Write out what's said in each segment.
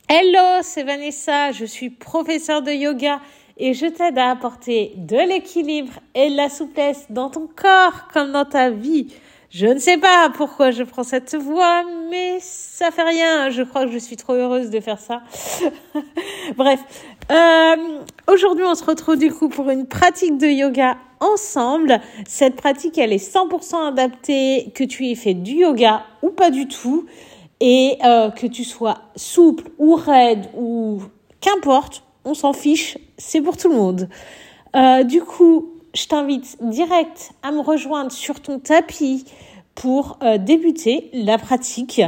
Hello, c'est Vanessa, je suis professeure de yoga et je t'aide à apporter de l'équilibre et de la souplesse dans ton corps comme dans ta vie. Je ne sais pas pourquoi je prends cette voix, mais ça fait rien, je crois que je suis trop heureuse de faire ça. Bref, aujourd'hui on se retrouve du coup pour une pratique de yoga ensemble. Cette pratique, elle est 100% adaptée, que tu aies fait du yoga ou pas du tout. Et que tu sois souple ou raide ou qu'importe, on s'en fiche, c'est pour tout le monde. Du coup, je t'invite direct à me rejoindre sur ton tapis pour débuter la pratique.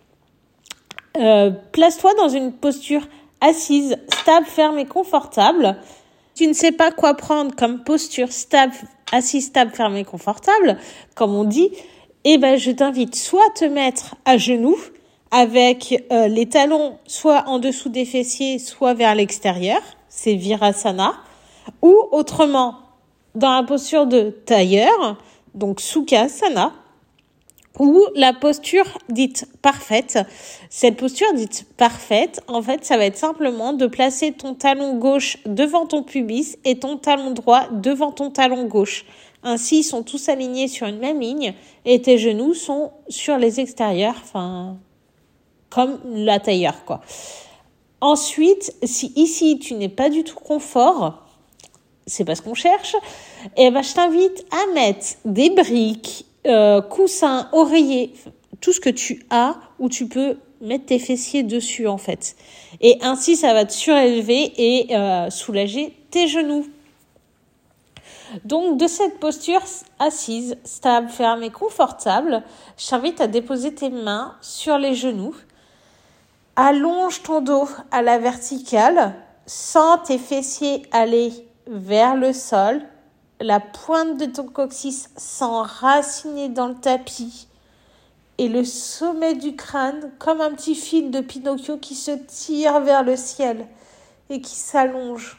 Place-toi dans une posture assise, stable, ferme et confortable. Si tu ne sais pas quoi prendre comme posture stable, assise, stable, ferme et confortable, comme on dit, je t'invite soit à te mettre à genoux, avec les talons soit en dessous des fessiers, soit vers l'extérieur, c'est Virasana, ou autrement dans la posture de tailleur, donc Sukhasana, ou la posture dite parfaite. Cette posture dite parfaite, en fait, ça va être simplement de placer ton talon gauche devant ton pubis et ton talon droit devant ton talon gauche. Ainsi, ils sont tous alignés sur une même ligne et tes genoux sont sur les extérieurs, comme la tailleur, quoi. Ensuite, si ici, tu n'es pas du tout confort, c'est pas ce qu'on cherche, je t'invite à mettre des briques, coussins, oreillers, tout ce que tu as, où tu peux mettre tes fessiers dessus, en fait. Et ainsi, ça va te surélever et soulager tes genoux. Donc, de cette posture assise, stable, ferme et confortable, je t'invite à déposer tes mains sur les genoux. Allonge ton dos à la verticale, sens tes fessiers aller vers le sol, la pointe de ton coccyx s'enraciner dans le tapis et le sommet du crâne comme un petit fil de Pinocchio qui se tire vers le ciel et qui s'allonge.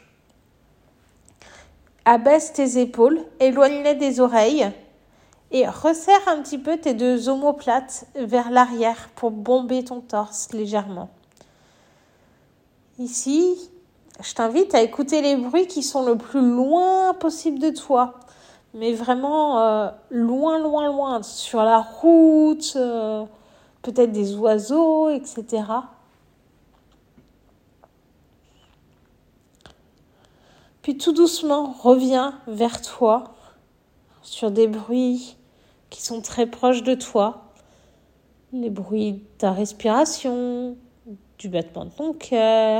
Abaisse tes épaules, éloigne-les des oreilles et resserre un petit peu tes deux omoplates vers l'arrière pour bomber ton torse légèrement. Ici, je t'invite à écouter les bruits qui sont le plus loin possible de toi. Mais vraiment loin, sur la route, peut-être des oiseaux, etc. Puis tout doucement, reviens vers toi sur des bruits qui sont très proches de toi. Les bruits de ta respiration, du battement de ton cœur.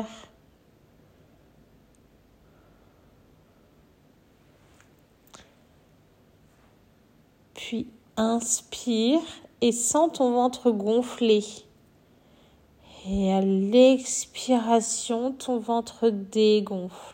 Puis inspire et sens ton ventre gonfler. Et à l'expiration, ton ventre dégonfle.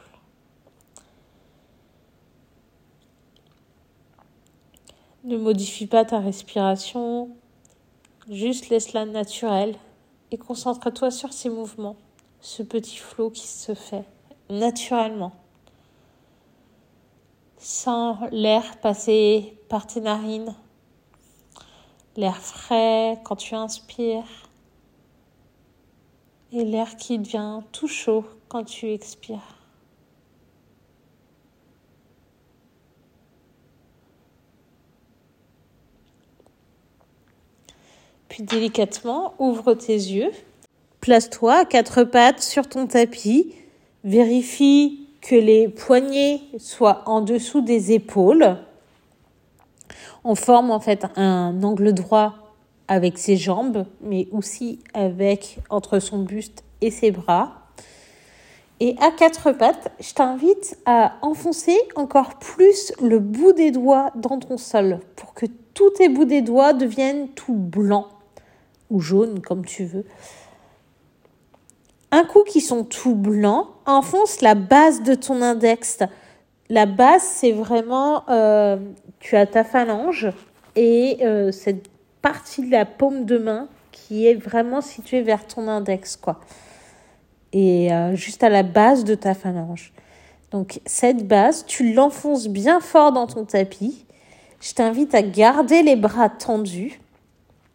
Ne modifie pas ta respiration, juste laisse-la naturelle et concentre-toi sur ces mouvements, ce petit flot qui se fait naturellement. Sens l'air passer par tes narines, l'air frais quand tu inspires et l'air qui devient tout chaud quand tu expires. Puis délicatement, ouvre tes yeux. Place-toi à quatre pattes sur ton tapis. Vérifie que les poignets soient en dessous des épaules. On forme en fait un angle droit avec ses jambes, mais aussi entre son buste et ses bras. Et à quatre pattes, je t'invite à enfoncer encore plus le bout des doigts dans ton sol pour que tous tes bouts des doigts deviennent tout blancs ou jaunes comme tu veux. Un coup qu'ils sont tout blancs, enfonce la base de ton index. La base, c'est vraiment, tu as ta phalange et cette partie de la paume de main qui est vraiment située vers ton index, quoi. Et juste à la base de ta phalange. Donc cette base, tu l'enfonces bien fort dans ton tapis. Je t'invite à garder les bras tendus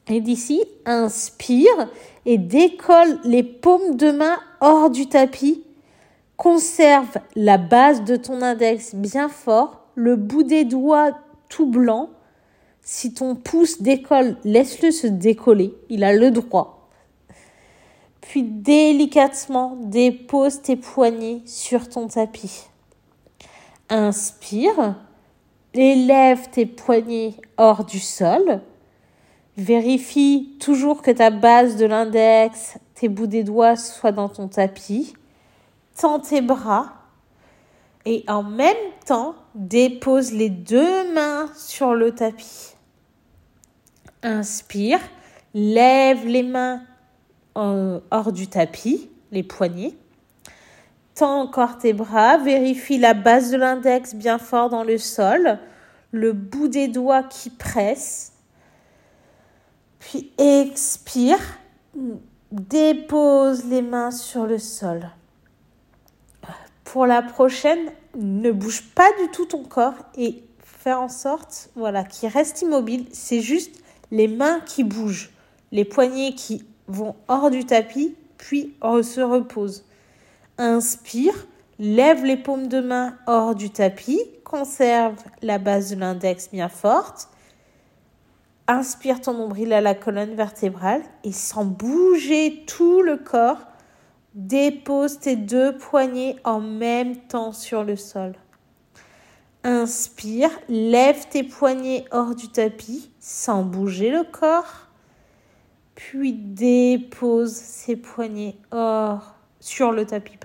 Et d'ici, inspire et décolle les paumes de main hors du tapis. Conserve la base de ton index bien fort, le bout des doigts tout blanc. Si ton pouce décolle, laisse-le se décoller, il a le droit. Puis délicatement, dépose tes poignets sur ton tapis. Inspire, élève tes poignets hors du sol. Vérifie toujours que ta base de l'index, tes bouts des doigts soient dans ton tapis. Tends tes bras et en même temps, dépose les 2 mains sur le tapis. Inspire, lève les mains hors du tapis, les poignets. Tends encore tes bras, vérifie la base de l'index bien fort dans le sol, le bout des doigts qui presse. Puis expire, dépose les mains sur le sol. Pour la prochaine, ne bouge pas du tout ton corps et fais en sorte qu'il reste immobile. C'est juste les mains qui bougent, les poignets qui vont hors du tapis, puis se reposent. Inspire, lève les paumes de main hors du tapis, conserve la base de l'index bien forte. Inspire ton nombril à la colonne vertébrale et sans bouger tout le corps, dépose tes 2 poignets en même temps sur le sol. Inspire, lève tes poignets hors du tapis sans bouger le corps. Puis dépose ces poignets sur le tapis.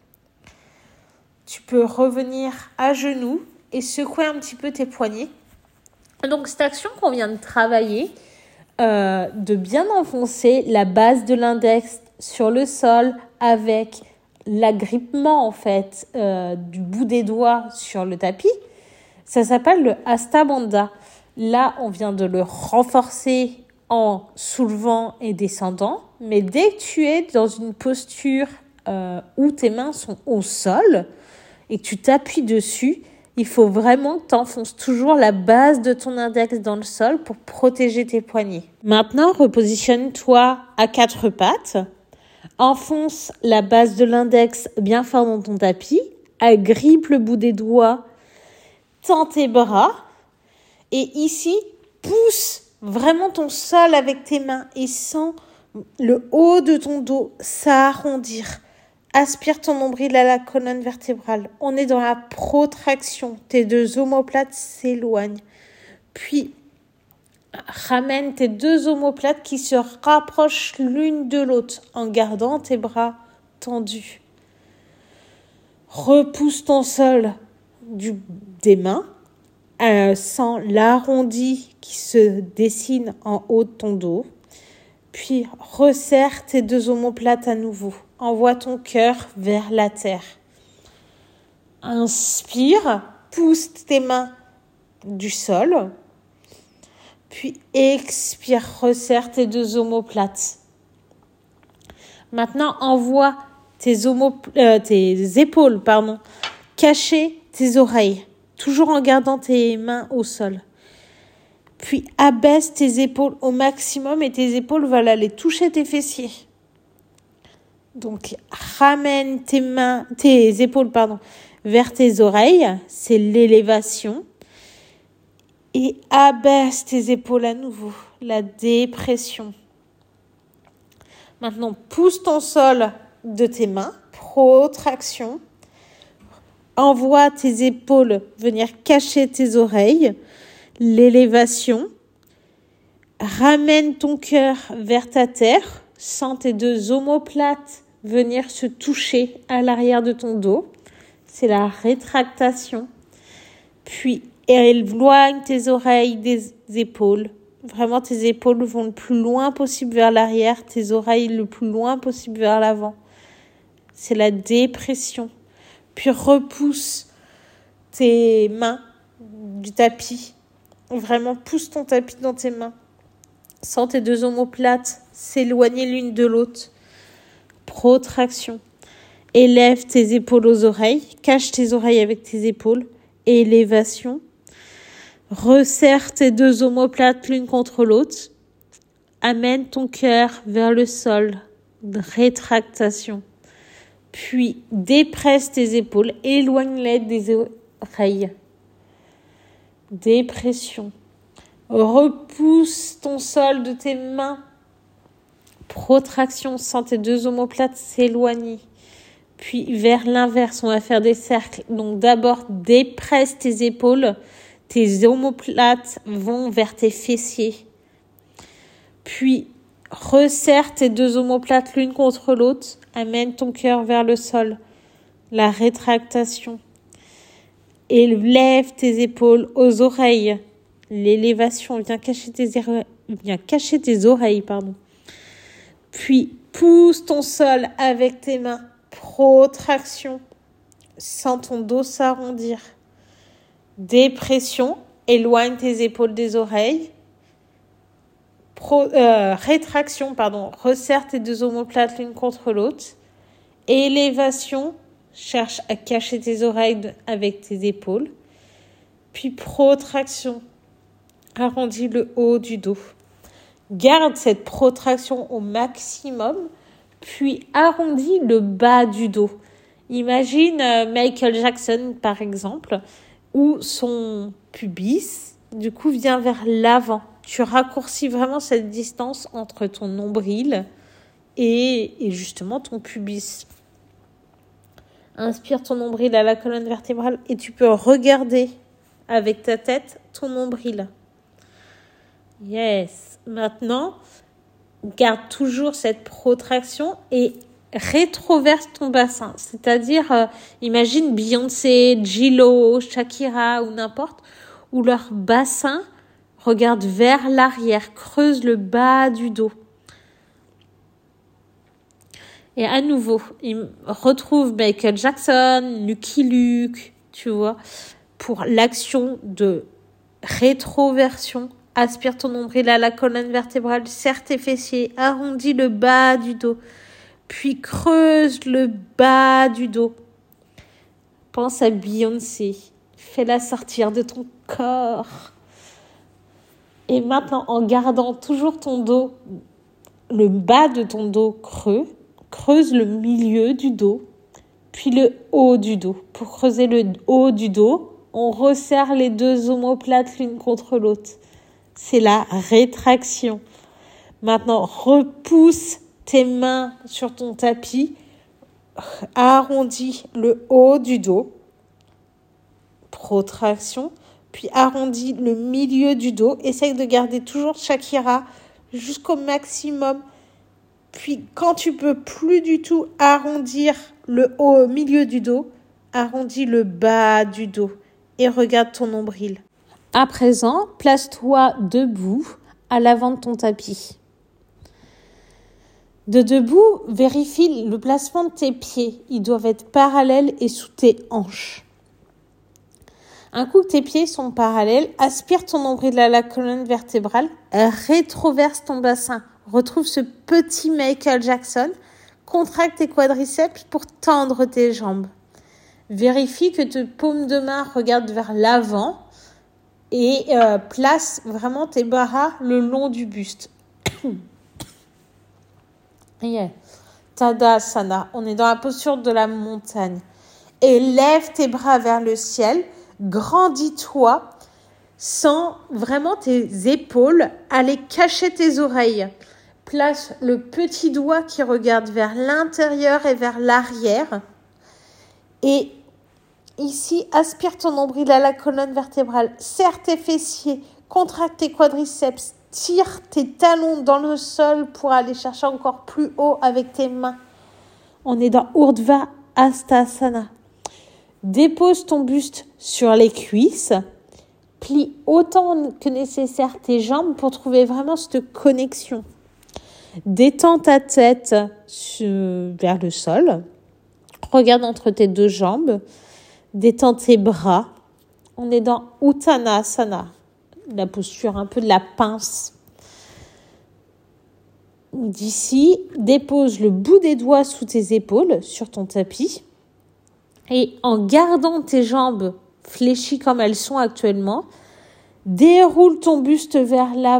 Tu peux revenir à genoux et secouer un petit peu tes poignets. Donc, cette action qu'on vient de travailler, de bien enfoncer la base de l'index sur le sol avec l'agrippement, du bout des doigts sur le tapis, ça s'appelle le Hasta Bandha. Là, on vient de le renforcer en soulevant et descendant. Mais dès que tu es dans une posture où tes mains sont au sol et que tu t'appuies dessus, il faut vraiment que tu enfonces toujours la base de ton index dans le sol pour protéger tes poignets. Maintenant, repositionne-toi à 4 pattes. Enfonce la base de l'index bien fort dans ton tapis. Agrippe le bout des doigts. Tends tes bras. Et ici, pousse vraiment ton sol avec tes mains et sens le haut de ton dos s'arrondir. Aspire ton nombril à la colonne vertébrale. On est dans la protraction. Tes 2 omoplates s'éloignent. Puis, ramène tes 2 omoplates qui se rapprochent l'une de l'autre en gardant tes bras tendus. Repousse ton sol des mains. Sens l'arrondi qui se dessine en haut de ton dos. Puis, resserre tes 2 omoplates à nouveau. Envoie ton cœur vers la terre. Inspire, pousse tes mains du sol. Puis expire, resserre tes 2 omoplates. Maintenant, envoie tes épaules, cacher tes oreilles, toujours en gardant tes mains au sol. Puis abaisse tes épaules au maximum et tes épaules veulent aller toucher tes fessiers. Donc, ramène tes épaules, vers tes oreilles. C'est l'élévation. Et abaisse tes épaules à nouveau. La dépression. Maintenant, pousse ton sol de tes mains. Protraction. Envoie tes épaules venir cacher tes oreilles. L'élévation. Ramène ton cœur vers ta terre. Sens tes 2 omoplates venir se toucher à l'arrière de ton dos. C'est la rétractation. Puis, éloigne tes oreilles des épaules. Vraiment, tes épaules vont le plus loin possible vers l'arrière. Tes oreilles le plus loin possible vers l'avant. C'est la dépression. Puis, repousse tes mains du tapis. Vraiment, pousse ton tapis dans tes mains. Sens tes 2 omoplates s'éloigner l'une de l'autre. Protraction. Élève tes épaules aux oreilles. Cache tes oreilles avec tes épaules. Élévation. Resserre tes 2 omoplates l'une contre l'autre. amène ton cœur vers le sol. Rétractation. Puis dépresse tes épaules, éloigne-les des oreilles. Dépression. Repousse ton sol de tes mains. Protraction, sens tes deux omoplates s'éloigner. Puis vers l'inverse, on va faire des cercles. Donc d'abord, dépresse tes épaules. Tes omoplates vont vers tes fessiers. Puis resserre tes deux omoplates l'une contre l'autre. Amène ton cœur vers le sol. La rétractation. Élève tes épaules aux oreilles. L'élévation vient cacher tes oreilles. Puis pousse ton sol avec tes mains. Protraction. Sens ton dos s'arrondir. Dépression. Éloigne tes épaules des oreilles. Rétraction. Resserre tes deux omoplates l'une contre l'autre. Élévation. Cherche à cacher tes oreilles avec tes épaules. Puis protraction. Arrondis le haut du dos. Garde cette protraction au maximum. Puis arrondis le bas du dos. Imagine Michael Jackson, par exemple, où son pubis, du coup, vient vers l'avant. Tu raccourcis vraiment cette distance entre ton nombril et justement ton pubis. Inspire ton nombril à la colonne vertébrale et tu peux regarder avec ta tête ton nombril. Yes. Maintenant, garde toujours cette protraction et rétroverse ton bassin. C'est-à-dire, imagine Beyoncé, J-Lo, Shakira ou n'importe, où leur bassin regarde vers l'arrière, creuse le bas du dos. Et à nouveau, il retrouve Michael Jackson, Lucky Luke, tu vois, pour l'action de rétroversion. Aspire ton nombril à la colonne vertébrale, serre tes fessiers, arrondis le bas du dos, puis creuse le bas du dos. Pense à Beyoncé, fais-la sortir de ton corps. Et maintenant, en gardant toujours ton dos, le bas de ton dos creux, creuse le milieu du dos, puis le haut du dos. Pour creuser le haut du dos, on resserre les deux omoplates l'une contre l'autre. C'est la rétraction. Maintenant, repousse tes mains sur ton tapis, arrondis le haut du dos, protraction, puis arrondis le milieu du dos. Essaye de garder toujours Shakira jusqu'au maximum. Puis, quand tu peux plus du tout arrondir le haut, milieu du dos, arrondis le bas du dos et regarde ton nombril. À présent, place-toi debout à l'avant de ton tapis. De debout, vérifie le placement de tes pieds. Ils doivent être parallèles et sous tes hanches. Un coup que tes pieds sont parallèles, aspire ton nombril à la colonne vertébrale, rétroverse ton bassin. Retrouve ce petit Michael Jackson, contracte tes quadriceps pour tendre tes jambes. Vérifie que tes paumes de main regardent vers l'avant et place vraiment tes bras le long du buste. Yeah. Tadasana, on est dans la posture de la montagne. Élève tes bras vers le ciel, grandis-toi, sens vraiment tes épaules aller cacher tes oreilles. Place le petit doigt qui regarde vers l'intérieur et vers l'arrière. Et ici, aspire ton nombril à la colonne vertébrale. Serre tes fessiers, contracte tes quadriceps, tire tes talons dans le sol pour aller chercher encore plus haut avec tes mains. On est dans Urdhva Hastasana. Dépose ton buste sur les cuisses. Plie autant que nécessaire tes jambes pour trouver vraiment cette connexion. Détends ta tête vers le sol. Regarde entre tes deux jambes. Détends tes bras. On est dans Uttanasana, la posture un peu de la pince. D'ici, dépose le bout des doigts sous tes épaules sur ton tapis. Et en gardant tes jambes fléchies comme elles sont actuellement, déroule ton buste vers l'avant.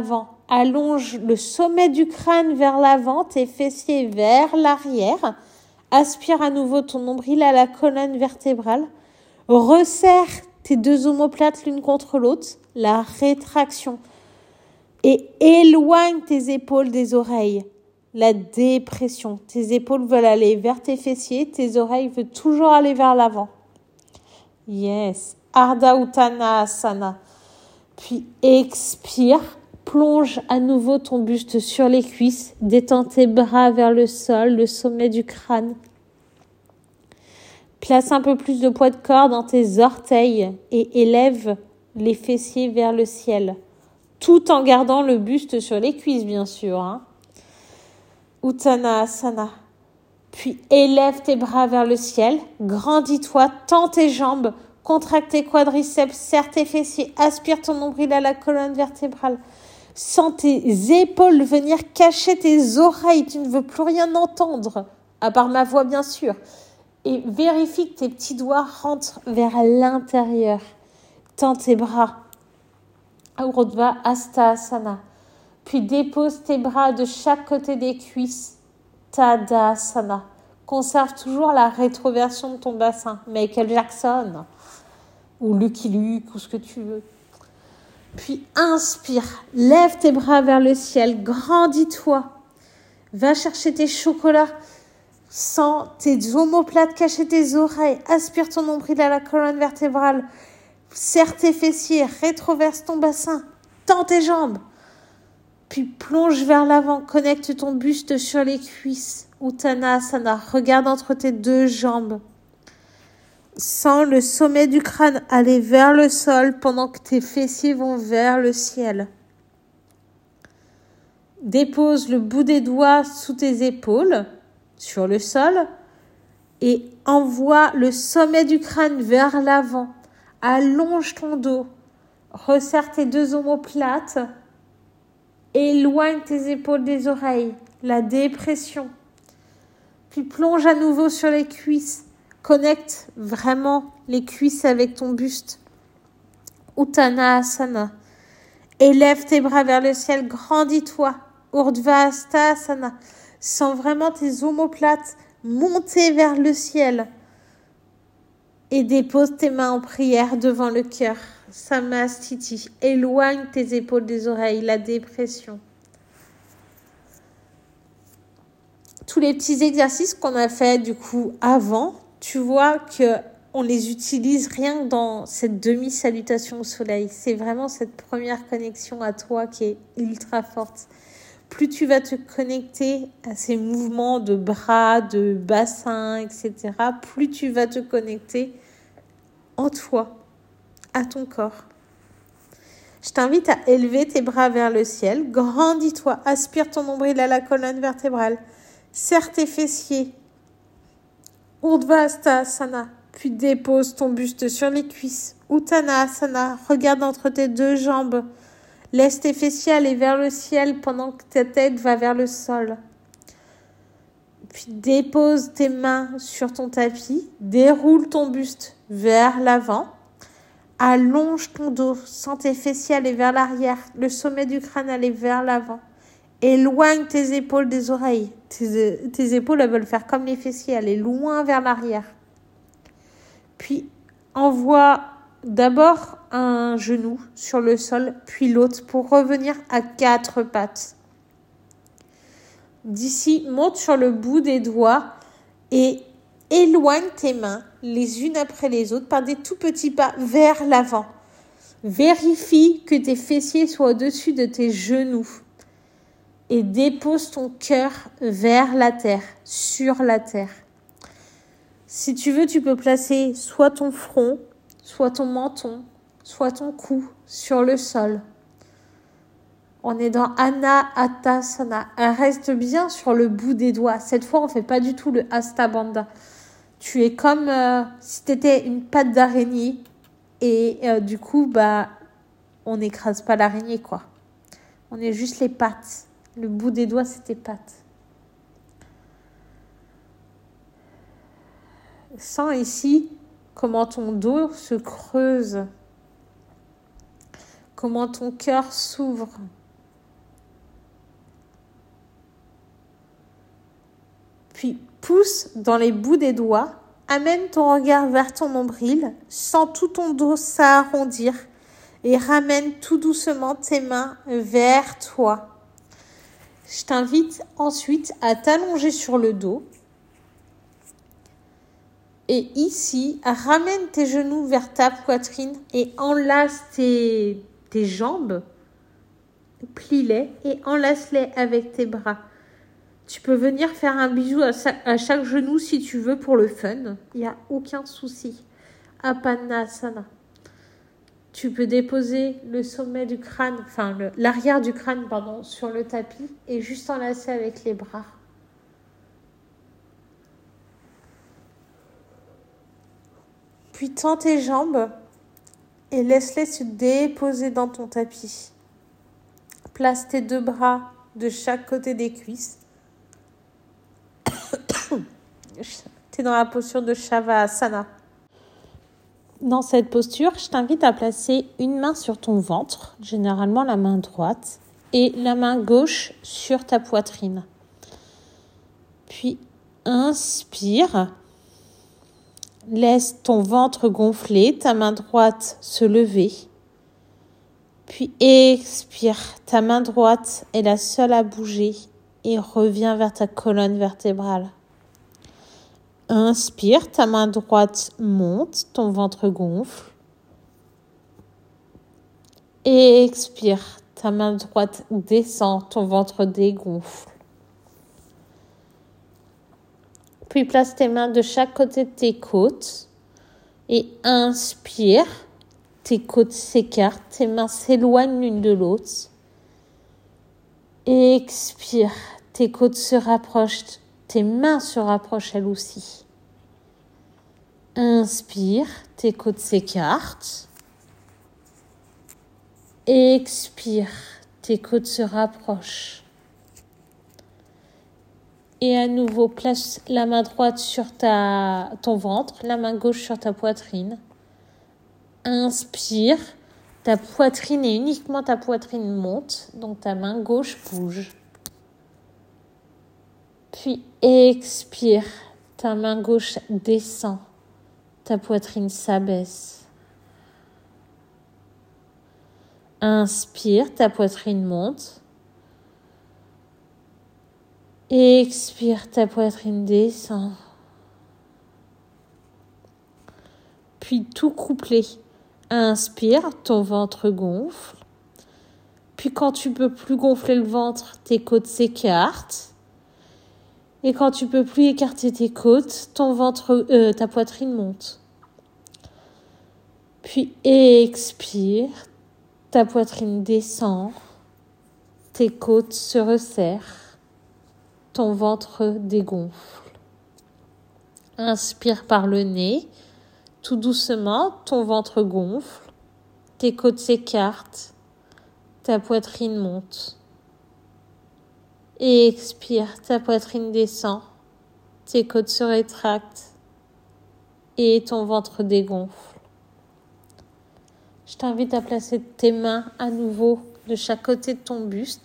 Allonge le sommet du crâne vers l'avant, tes fessiers vers l'arrière. Aspire à nouveau ton nombril à la colonne vertébrale. Resserre tes deux omoplates l'une contre l'autre. La rétraction. Et éloigne tes épaules des oreilles. La dépression. Tes épaules veulent aller vers tes fessiers. Tes oreilles veulent toujours aller vers l'avant. Yes. Ardha Uttanasana. Puis expire. Plonge à nouveau ton buste sur les cuisses. Détends tes bras vers le sol, le sommet du crâne. Place un peu plus de poids de corps dans tes orteils et élève les fessiers vers le ciel. Tout en gardant le buste sur les cuisses, bien sûr. Uttanasana. Puis élève tes bras vers le ciel. Grandis-toi, tends tes jambes. Contracte tes quadriceps, serre tes fessiers. Aspire ton nombril à la colonne vertébrale. Sens tes épaules venir cacher tes oreilles. Tu ne veux plus rien entendre, à part ma voix, bien sûr. Et vérifie que tes petits doigts rentrent vers l'intérieur. Tends tes bras. Urdhva Hastasana. Puis dépose tes bras de chaque côté des cuisses. Tadasana. Conserve toujours la rétroversion de ton bassin. Michael Jackson. Ou Lucky Luke, ou ce que tu veux. Puis inspire. Lève tes bras vers le ciel. Grandis-toi. Va chercher tes chocolats. Sens tes omoplates cacher tes oreilles. Aspire ton nombril à la colonne vertébrale. Serre tes fessiers. Rétroverse ton bassin. Tends tes jambes. Puis plonge vers l'avant. Connecte ton buste sur les cuisses. Uttanasana. Regarde entre tes deux jambes. Sens le sommet du crâne aller vers le sol pendant que tes fessiers vont vers le ciel. Dépose le bout des doigts sous tes épaules, sur le sol, et envoie le sommet du crâne vers l'avant. Allonge ton dos. Resserre tes deux omoplates. Éloigne tes épaules des oreilles. La dépression. Puis plonge à nouveau sur les cuisses. Connecte vraiment les cuisses avec ton buste. Uttanasana. Élève tes bras vers le ciel. Grandis-toi. Urdhva Hastasana. Sens vraiment tes omoplates monter vers le ciel. Et dépose tes mains en prière devant le cœur. Samastiti. Éloigne tes épaules des oreilles. La dépression. Tous les petits exercices qu'on a fait du coup avant, tu vois qu'on les utilise rien que dans cette demi-salutation au soleil. C'est vraiment cette première connexion à toi qui est ultra forte. Plus tu vas te connecter à ces mouvements de bras, de bassin, etc., plus tu vas te connecter en toi, à ton corps. Je t'invite à élever tes bras vers le ciel. Grandis-toi. Aspire ton nombril à la colonne vertébrale. Serre tes fessiers. Urdhva Hastasana. Puis dépose ton buste sur les cuisses. Uttanasana. Regarde entre tes deux jambes. Laisse tes fessiers aller vers le ciel pendant que ta tête va vers le sol. Puis dépose tes mains sur ton tapis. Déroule ton buste vers l'avant. Allonge ton dos. Sens tes fessiers aller vers l'arrière. Le sommet du crâne aller vers l'avant. Éloigne tes épaules des oreilles. Tes épaules, elles veulent faire comme les fessiers, aller loin vers l'arrière. Puis, envoie d'abord un genou sur le sol, puis l'autre pour revenir à 4 pattes. D'ici, monte sur le bout des doigts et éloigne tes mains les unes après les autres par des tout petits pas vers l'avant. Vérifie que tes fessiers soient au-dessus de tes genoux. Et dépose ton cœur vers la terre, sur la terre. Si tu veux, tu peux placer soit ton front, soit ton menton, soit ton cou sur le sol. On est dans Anahatasana. Reste bien sur le bout des doigts. Cette fois, on ne fait pas du tout le Hasta Bandha. Tu es comme si tu étais une patte d'araignée. Et du coup, on n'écrase pas l'araignée, quoi. On est juste les pattes. Le bout des doigts, c'est tes pattes. Sens ici comment ton dos se creuse. Comment ton cœur s'ouvre. Pousse dans les bouts des doigts. Amène ton regard vers ton nombril. Sens tout ton dos s'arrondir. Et ramène tout doucement tes mains vers toi. Je t'invite ensuite à t'allonger sur le dos. Et ici, ramène tes genoux vers ta poitrine et enlace tes jambes. Plie-les et enlace-les avec tes bras. Tu peux venir faire un bisou à chaque genou si tu veux pour le fun. Il n'y a aucun souci. Apanasana. Tu peux déposer le sommet du crâne, l'arrière du crâne, sur le tapis et juste enlacer avec les bras. Puis tends tes jambes et laisse-les se déposer dans ton tapis. Place tes 2 bras de chaque côté des cuisses. Tu es dans la posture de Shavasana. Dans cette posture, je t'invite à placer une main sur ton ventre, généralement la main droite, et la main gauche sur ta poitrine. Puis inspire. Laisse ton ventre gonfler, ta main droite se lever. Puis expire, ta main droite est la seule à bouger et reviens vers ta colonne vertébrale. Inspire, ta main droite monte, ton ventre gonfle. Expire, ta main droite descend, ton ventre dégonfle. Puis place tes mains de chaque côté de tes côtes et inspire. Tes côtes s'écartent, tes mains s'éloignent l'une de l'autre. Expire, tes côtes se rapprochent, tes mains se rapprochent elles aussi. Inspire, tes côtes s'écartent. Expire, tes côtes se rapprochent. Et à nouveau, place la main droite sur ton ventre, la main gauche sur ta poitrine. Inspire, ta poitrine et uniquement ta poitrine monte, donc ta main gauche bouge. Puis expire, ta main gauche descend, ta poitrine s'abaisse. Inspire, ta poitrine monte. Expire, ta poitrine descend. Puis tout couplé. Inspire, ton ventre gonfle. Puis quand tu peux plus gonfler le ventre, tes côtes s'écartent. Et quand tu peux plus écarter tes côtes, ta poitrine monte. Puis expire, ta poitrine descend, tes côtes se resserrent, ton ventre dégonfle. Inspire par le nez, tout doucement, ton ventre gonfle, tes côtes s'écartent, ta poitrine monte. Et expire, ta poitrine descend, tes côtes se rétractent et ton ventre dégonfle. Je t'invite à placer tes mains à nouveau de chaque côté de ton buste.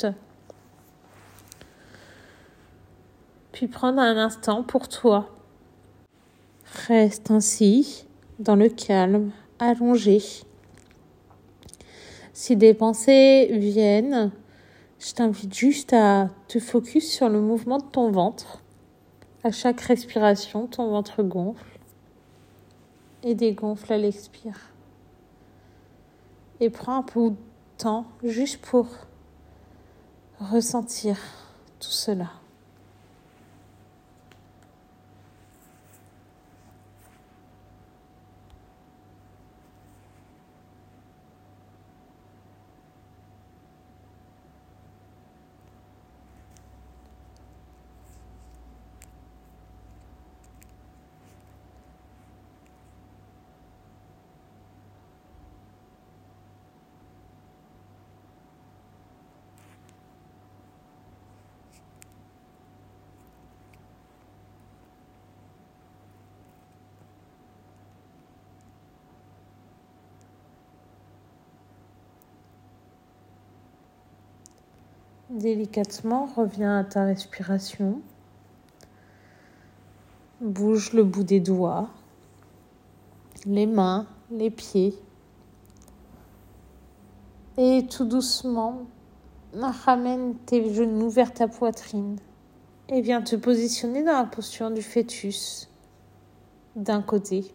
Puis prendre un instant pour toi. Reste ainsi, dans le calme, allongé. Si des pensées viennent, je t'invite juste à te focus sur le mouvement de ton ventre. À chaque respiration, ton ventre gonfle et dégonfle à l'expire. Et prends un peu de temps juste pour ressentir tout cela. Délicatement, reviens à ta respiration. bouge le bout des doigts, les mains, les pieds. Et tout doucement, ramène tes genoux vers ta poitrine et viens te positionner dans la posture du fœtus d'un côté.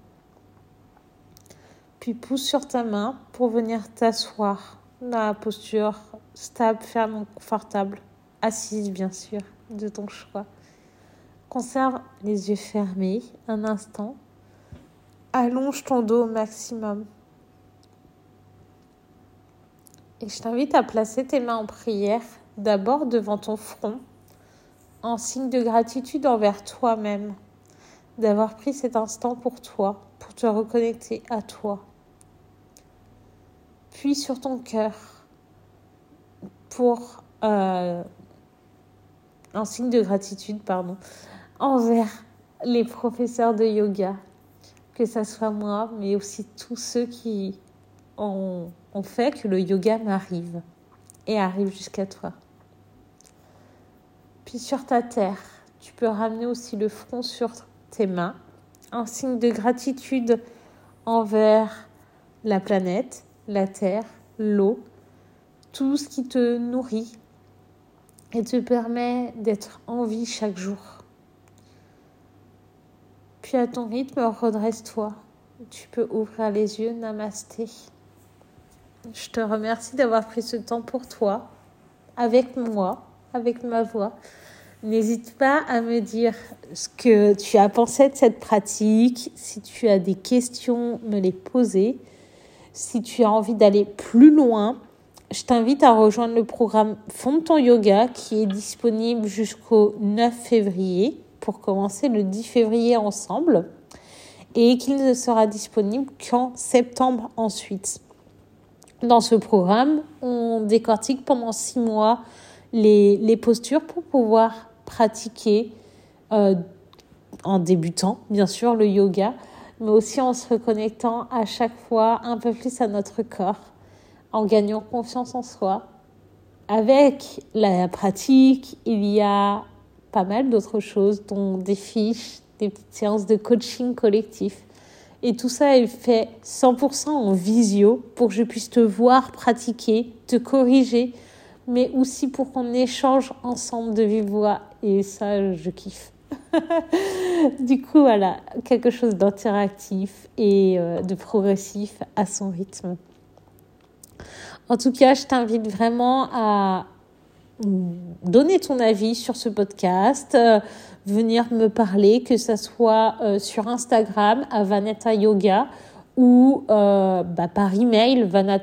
Puis pousse sur ta main pour venir t'asseoir dans la posture stable, ferme, confortable, assise bien sûr, de ton choix. Conserve les yeux fermés un instant. Allonge ton dos au maximum. Et je t'invite à placer tes mains en prière, d'abord devant ton front, en signe de gratitude envers toi-même, d'avoir pris cet instant pour toi, pour te reconnecter à toi. Puis sur ton cœur, pour en signe de gratitude, envers les professeurs de yoga, que ça soit moi, mais aussi tous ceux qui ont fait que le yoga m'arrive et arrive jusqu'à toi. Puis sur ta terre, tu peux ramener aussi le front sur tes mains, en signe de gratitude envers la planète, la terre, l'eau, tout ce qui te nourrit et te permet d'être en vie chaque jour. Puis à ton rythme, redresse-toi. Tu peux ouvrir les yeux, namasté. Je te remercie d'avoir pris ce temps pour toi, avec moi, avec ma voix. N'hésite pas à me dire ce que tu as pensé de cette pratique. Si tu as des questions, me les poser. Si tu as envie d'aller plus loin, je t'invite à rejoindre le programme Fonde ton yoga qui est disponible jusqu'au 9 février pour commencer le 10 février ensemble et qu'il ne sera disponible qu'en septembre ensuite. Dans ce programme, on décortique pendant 6 mois les postures pour pouvoir pratiquer en débutant, bien sûr, le yoga, mais aussi en se reconnectant à chaque fois un peu plus à notre corps, en gagnant confiance en soi. Avec la pratique, il y a pas mal d'autres choses, dont des fiches, des petites séances de coaching collectif. Et tout ça est fait 100% en visio pour que je puisse te voir pratiquer, te corriger, mais aussi pour qu'on échange ensemble de vive voix. Et ça, je kiffe. Du coup, voilà, quelque chose d'interactif et de progressif à son rythme. En tout cas, je t'invite vraiment à donner ton avis sur ce podcast, venir me parler, que ça soit sur Instagram à Vanata Yoga ou par email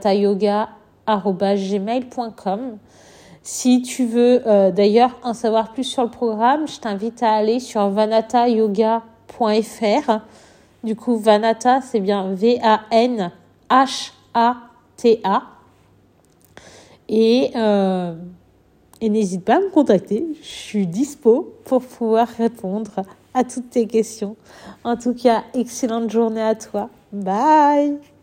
vanatayoga@gmail.com. Si tu veux d'ailleurs en savoir plus sur le programme, je t'invite à aller sur vanatayoga.fr. Du coup, Vanata, c'est bien VANHATA. Et n'hésite pas à me contacter. Je suis dispo pour pouvoir répondre à toutes tes questions. En tout cas, excellente journée à toi. Bye!